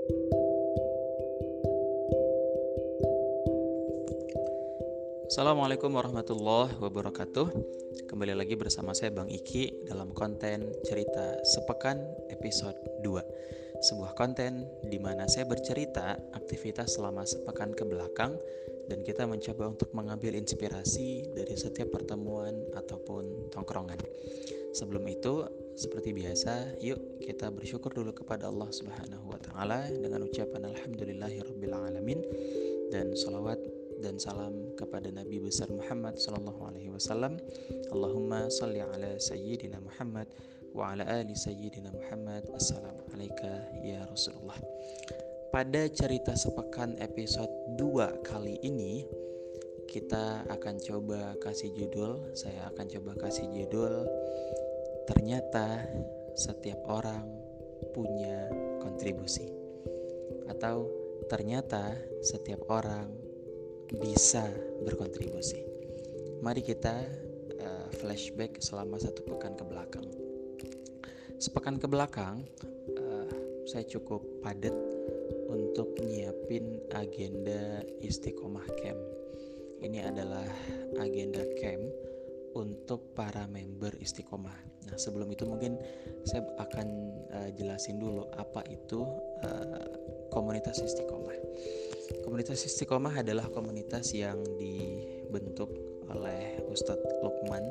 Assalamualaikum warahmatullahi wabarakatuh. Kembali lagi bersama saya Bang Iki dalam konten cerita sepekan episode 2. Sebuah konten di mana saya bercerita aktivitas selama sepekan ke belakang dan kita mencoba untuk mengambil inspirasi dari setiap pertemuan ataupun tongkrongan. Sebelum itu, seperti biasa, yuk kita bersyukur dulu kepada Allah Subhanahu wa taala dengan ucapan alhamdulillahirabbil alamin dan sholawat dan salam kepada Nabi besar Muhammad sallallahu alaihi wasallam. Allahumma shalli ala sayyidina Muhammad wa ala ali sayyidina Muhammad. Assalamu alayka ya Rasulullah. Pada cerita sepekan episode 2 kali ini kita akan coba kasih judul, ternyata setiap orang punya kontribusi, atau ternyata setiap orang bisa berkontribusi. Mari kita flashback selama satu pekan ke belakang. Sepekan ke belakang saya cukup padat untuk nyiapin agenda Istiqomah Camp. Ini adalah agenda camp untuk para member Istiqomah. Nah, sebelum itu mungkin saya akan jelasin dulu apa itu komunitas Istiqomah. Komunitas Istiqomah adalah komunitas yang dibentuk oleh Ustadz Lukman.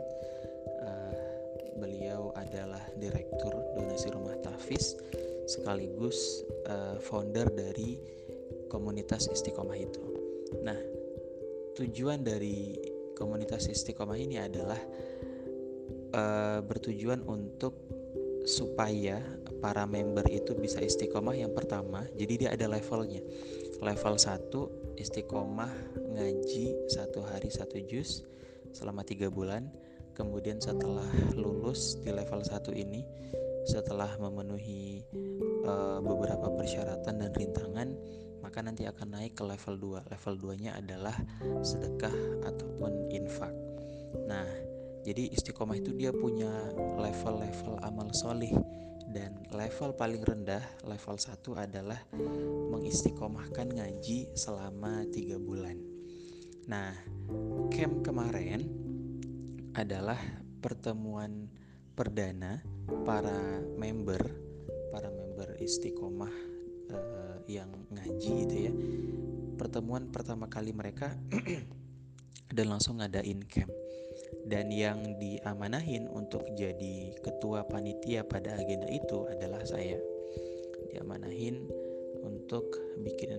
Beliau adalah direktur donasi rumah tahfiz sekaligus founder dari komunitas Istiqomah itu. Nah, tujuan dari komunitas Istiqomah ini adalah bertujuan untuk supaya para member itu bisa istiqomah. Yang pertama, jadi dia ada levelnya. Level 1 istiqomah ngaji 1 hari 1 juz selama 3 bulan. Kemudian setelah lulus di level 1 ini, setelah memenuhi beberapa persyaratan dan rintangan, maka nanti akan naik ke level 2. Level 2-nya adalah sedekah ataupun infak. Nah, jadi istiqomah itu dia punya level-level amal solih. Dan level paling rendah, level 1 adalah mengistiqomahkan ngaji selama 3 bulan. Nah, camp kemarin adalah pertemuan perdana para member istiqomah yang ngaji itu ya. Pertemuan pertama kali mereka dan langsung ngadain camp. Dan yang diamanahin untuk jadi ketua panitia pada agenda itu adalah saya. Diamanahin untuk bikin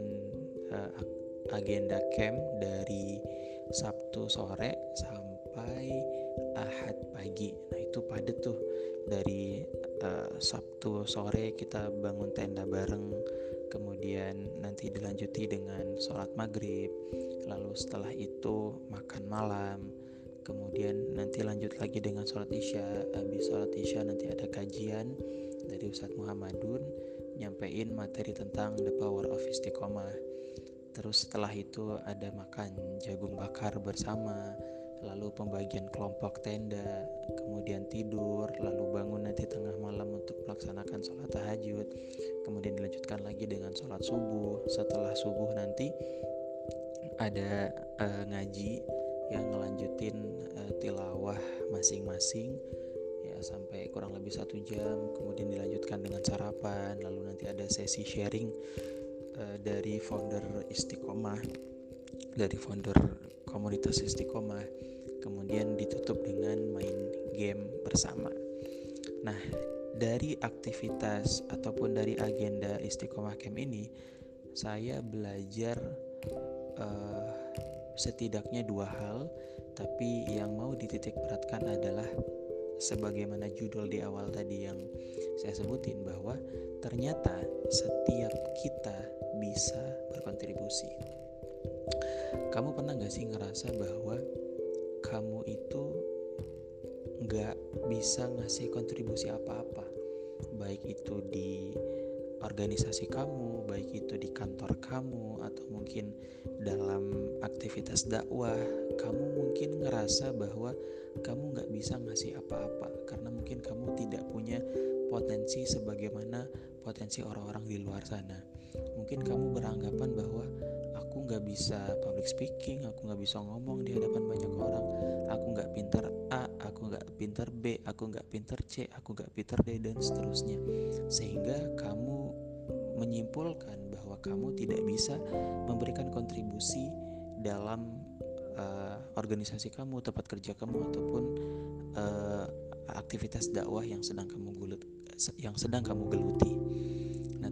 agenda camp dari Sabtu sore sampai Ahad pagi. Nah, itu padat tuh. Dari Sabtu sore kita bangun tenda bareng, kemudian nanti dilanjuti dengan sholat maghrib, lalu setelah itu makan malam, kemudian nanti lanjut lagi dengan sholat isya. Habis sholat isya nanti ada kajian dari Ustadz Muhammadun, nyampein materi tentang the power of istiqomah. Terus setelah itu ada makan jagung bakar bersama, lalu pembagian kelompok tenda, kemudian tidur, lalu bangun nanti tengah malam untuk melaksanakan sholat tahajud, kemudian dilanjutkan lagi dengan sholat subuh. Setelah subuh nanti ada ngaji yang ngelanjutin tilawah masing-masing ya sampai kurang lebih 1 jam, kemudian dilanjutkan dengan sarapan, lalu nanti ada sesi sharing dari founder Istiqomah, dari founder komunitas Istiqomah, kemudian ditutup dengan main game bersama. Nah, dari aktivitas ataupun dari agenda Istiqomah Camp ini saya belajar setidaknya 2 hal, tapi yang mau dititik beratkan adalah sebagaimana judul di awal tadi yang saya sebutin, bahwa ternyata setiap kita bisa berkontribusi. Kamu pernah gak sih ngerasa bahwa kamu itu gak bisa ngasih kontribusi apa-apa, baik itu di organisasi kamu, baik itu di kantor kamu, atau mungkin dalam aktivitas dakwah, kamu mungkin ngerasa bahwa kamu gak bisa ngasih apa-apa karena mungkin kamu tidak punya potensi sebagaimana potensi orang-orang di luar sana. Mungkin kamu beranggapan bahwa aku gak bisa public speaking, aku gak bisa ngomong di hadapan banyak orang, aku gak pintar A, aku gak pintar B, aku gak pintar C, aku gak pintar D, dan seterusnya. Sehingga kamu menyimpulkan bahwa kamu tidak bisa memberikan kontribusi dalam organisasi kamu, tempat kerja kamu, ataupun aktivitas dakwah yang sedang kamu geluti. Nah,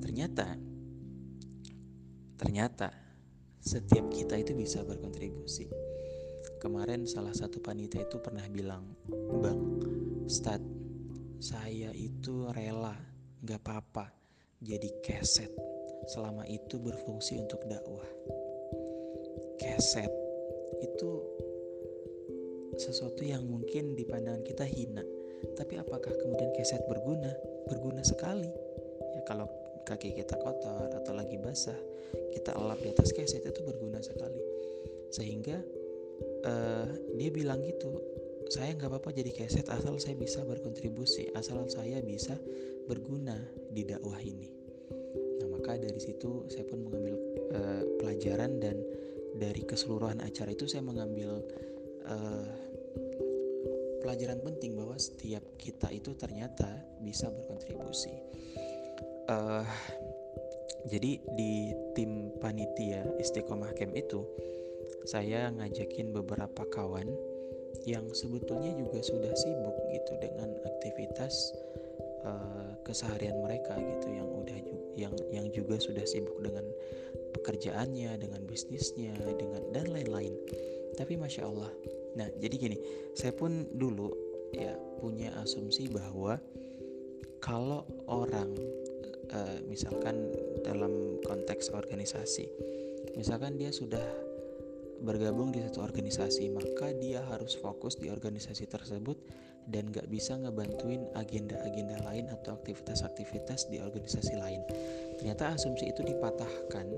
ternyata setiap kita itu bisa berkontribusi. Kemarin salah satu panitia itu pernah bilang, "Bang, Stad, saya itu rela, gak apa-apa jadi keset selama itu berfungsi untuk dakwah." Keset itu sesuatu yang mungkin di pandangan kita hina, tapi apakah kemudian keset berguna? Berguna sekali. Ya, kalau kaki kita kotor atau lagi basah, kita elap di atas keset, itu berguna sekali. Sehingga dia bilang gitu, saya nggak apa-apa jadi keset asal saya bisa berkontribusi, asal saya bisa berguna di dakwah ini. Nah, maka dari situ saya pun mengambil pelajaran, dan dari keseluruhan acara itu saya mengambil pelajaran penting bahwa setiap kita itu ternyata bisa berkontribusi. Jadi di tim panitia Istiqomah Camp itu saya ngajakin beberapa kawan yang sebetulnya juga sudah sibuk gitu dengan aktivitas keseharian mereka gitu, yang juga sudah sibuk dengan pekerjaannya, dengan bisnisnya, dan lain-lain. Tapi masya Allah. Nah, jadi gini, saya pun dulu ya punya asumsi bahwa kalau orang misalkan dalam konteks organisasi, misalkan dia sudah bergabung di satu organisasi, maka dia harus fokus di organisasi tersebut dan gak bisa ngebantuin agenda-agenda lain atau aktivitas-aktivitas di organisasi lain. Ternyata asumsi itu dipatahkan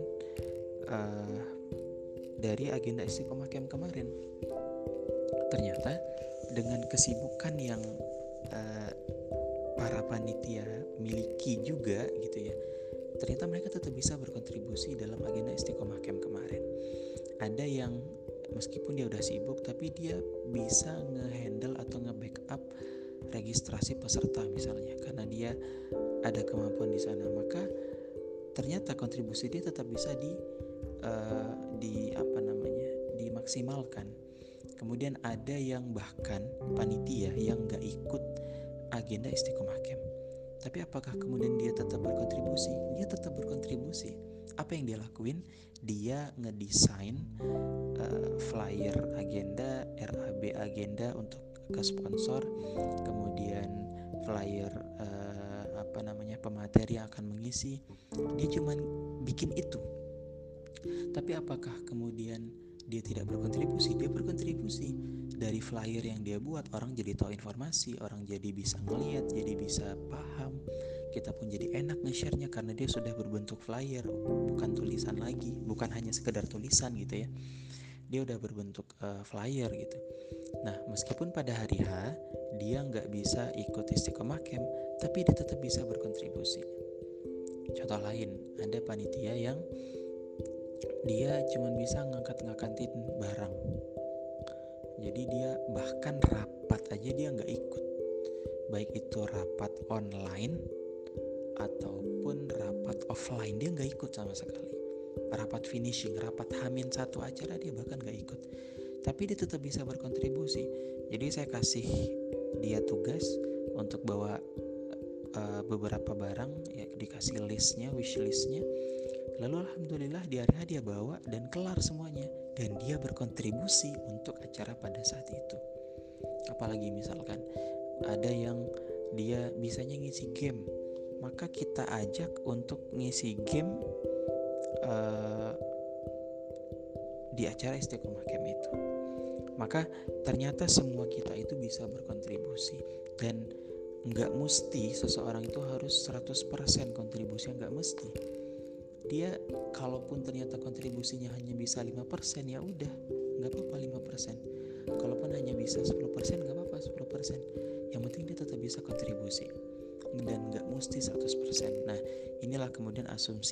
dari agenda Istiqomah Camp kemarin. Ternyata dengan kesibukan yang para panitia miliki juga gitu ya, ternyata mereka tetap bisa berkontribusi dalam agenda Istiqomah Camp kemarin. Ada yang meskipun dia udah sibuk, tapi dia bisa ngehandle atau nge-backup registrasi peserta misalnya, karena dia ada kemampuan di sana. Maka ternyata kontribusi dia tetap bisa dimaksimalkan. Kemudian ada yang bahkan panitia yang gak ikut agenda Istiqomah Camp, tapi apakah kemudian dia tetap berkontribusi? Dia tetap berkontribusi. Apa yang dia lakuin? Dia ngedesain flyer agenda, RAB agenda untuk ke sponsor, kemudian flyer pemateri yang akan mengisi. Dia cuman bikin itu. Tapi apakah kemudian dia tidak berkontribusi? Dia berkontribusi. Dari flyer yang dia buat, orang jadi tahu informasi, orang jadi bisa ngelihat, jadi bisa paham. Kita pun jadi enak nge-share-nya karena dia sudah berbentuk flyer, bukan tulisan lagi, bukan hanya sekedar tulisan gitu ya. Dia udah berbentuk flyer gitu. Nah, meskipun pada hari H dia nggak bisa ikut Istiqomah Camp, tapi dia tetap bisa berkontribusi. Contoh lain, ada panitia yang dia cuma bisa ngangkat-ngangkatin barang. Jadi dia bahkan rapat aja dia nggak ikut, baik itu rapat online ataupun rapat offline, dia nggak ikut sama sekali. Rapat finishing, rapat H-1 acara dia bahkan nggak ikut. Tapi dia tetap bisa berkontribusi. Jadi saya kasih dia tugas untuk bawa beberapa barang, ya dikasih listnya, wish listnya. Lalu alhamdulillah di hari dia bawa dan kelar semuanya, dan dia berkontribusi untuk acara pada saat itu. Apalagi misalkan ada yang dia bisanya ngisi game, maka kita ajak untuk ngisi game di acara Istiqomah Camp itu. Maka ternyata semua kita itu bisa berkontribusi, dan gak mesti seseorang itu harus 100% kontribusinya, gak mesti. Dia kalaupun ternyata kontribusinya hanya bisa 5%, ya udah, gak apa-apa 5%. Kalaupun hanya bisa 10%, gak apa-apa 10%. Yang penting dia tetap bisa kontribusi. dan nggak mesti 100%. Nah, inilah kemudian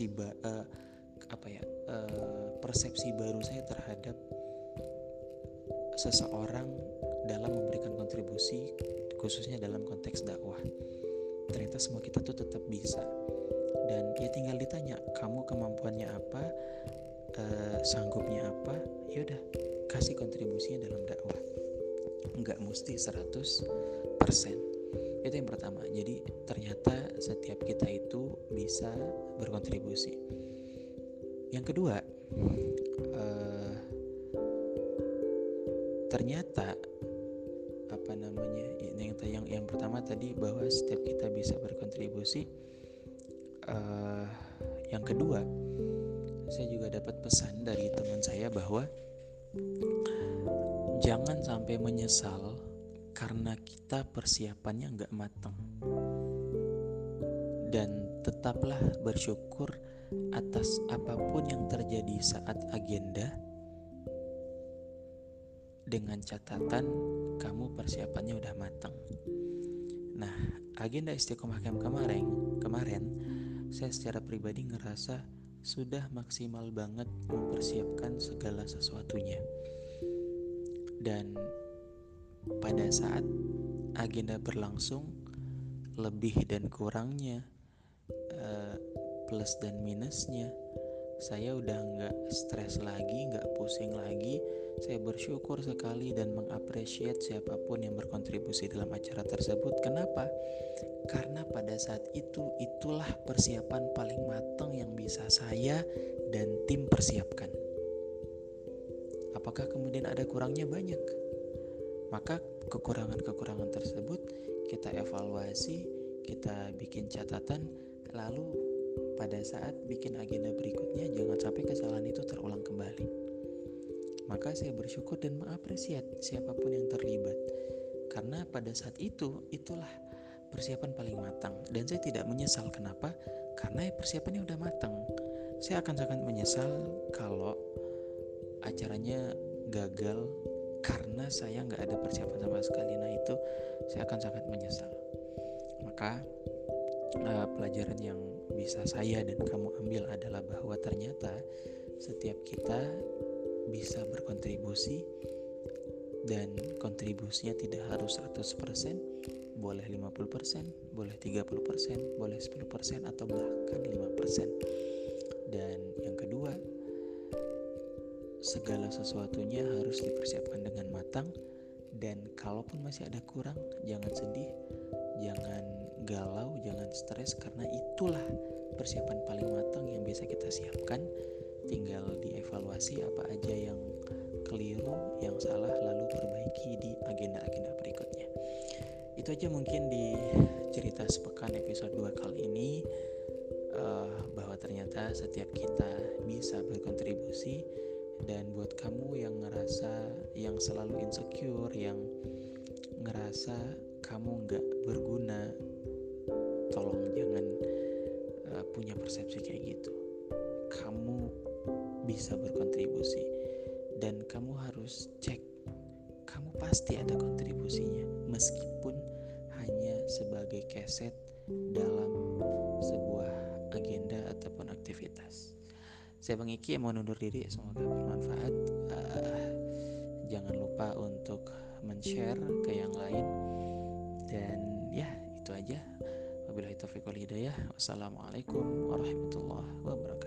persepsi baru saya terhadap seseorang dalam memberikan kontribusi, khususnya dalam konteks dakwah. Ternyata semua kita tuh tetap bisa, dan ya tinggal ditanya, kamu kemampuannya apa, sanggupnya apa, yaudah kasih kontribusinya dalam dakwah. Nggak mesti 100%. Itu yang pertama. Jadi ternyata setiap kita itu bisa berkontribusi. Yang kedua, ternyata yang pertama tadi bahwa setiap kita bisa berkontribusi. Yang kedua, saya juga dapat pesan dari teman saya bahwa jangan sampai menyesal karena kita persiapannya nggak matang, dan tetaplah bersyukur atas apapun yang terjadi saat agenda, dengan catatan kamu persiapannya udah matang. Nah, agenda Istiqomah Camp kemarin saya secara pribadi ngerasa sudah maksimal banget mempersiapkan segala sesuatunya. Dan pada saat agenda berlangsung, lebih dan kurangnya, plus dan minusnya, saya udah gak stres lagi, gak pusing lagi. Saya bersyukur sekali dan mengapresiasi siapapun yang berkontribusi dalam acara tersebut. Kenapa? Karena pada saat itulah persiapan paling matang yang bisa saya dan tim persiapkan. Apakah kemudian ada kurangnya? Banyak. Maka kekurangan-kekurangan tersebut kita evaluasi, kita bikin catatan, lalu pada saat bikin agenda berikutnya jangan sampai kesalahan itu terulang kembali. Maka saya bersyukur dan mengapresiasi siapapun yang terlibat, karena pada saat itulah persiapan paling matang. Dan saya tidak menyesal. Kenapa? Karena persiapannya udah matang. Saya akan sangat menyesal kalau acaranya gagal karena saya gak ada persiapan sama sekali. Nah, itu saya akan sangat menyesal. Maka pelajaran yang bisa saya dan kamu ambil adalah bahwa ternyata setiap kita bisa berkontribusi, dan kontribusinya tidak harus 100%, boleh 50%, boleh 30%, boleh 10%, atau bahkan 5%. Dan yang kedua, segala sesuatunya harus dipersiapkan dengan matang. Dan kalaupun masih ada kurang, jangan sedih, jangan galau, jangan stres, karena itulah persiapan paling matang yang bisa kita siapkan. Tinggal dievaluasi apa aja yang keliru, yang salah, lalu perbaiki di agenda-agenda berikutnya. Itu aja mungkin di cerita sepekan episode 2 kali ini, bahwa ternyata setiap kita bisa berkontribusi. Dan buat kamu yang ngerasa, yang selalu insecure, yang ngerasa kamu gak berguna, tolong jangan punya persepsi kayak gitu. Kamu bisa berkontribusi, dan kamu harus cek, kamu pasti ada kontribusinya, meskipun hanya sebagai keset dalam sebuah agenda ataupun aktivitas. Saya Bang Iki yang mau undur diri, semoga bermanfaat. Jangan lupa untuk men-share ke yang lain. Dan ya, itu aja. Wabillahi taufiq wal hidayah. Wassalamualaikum warahmatullahi wabarakatuh.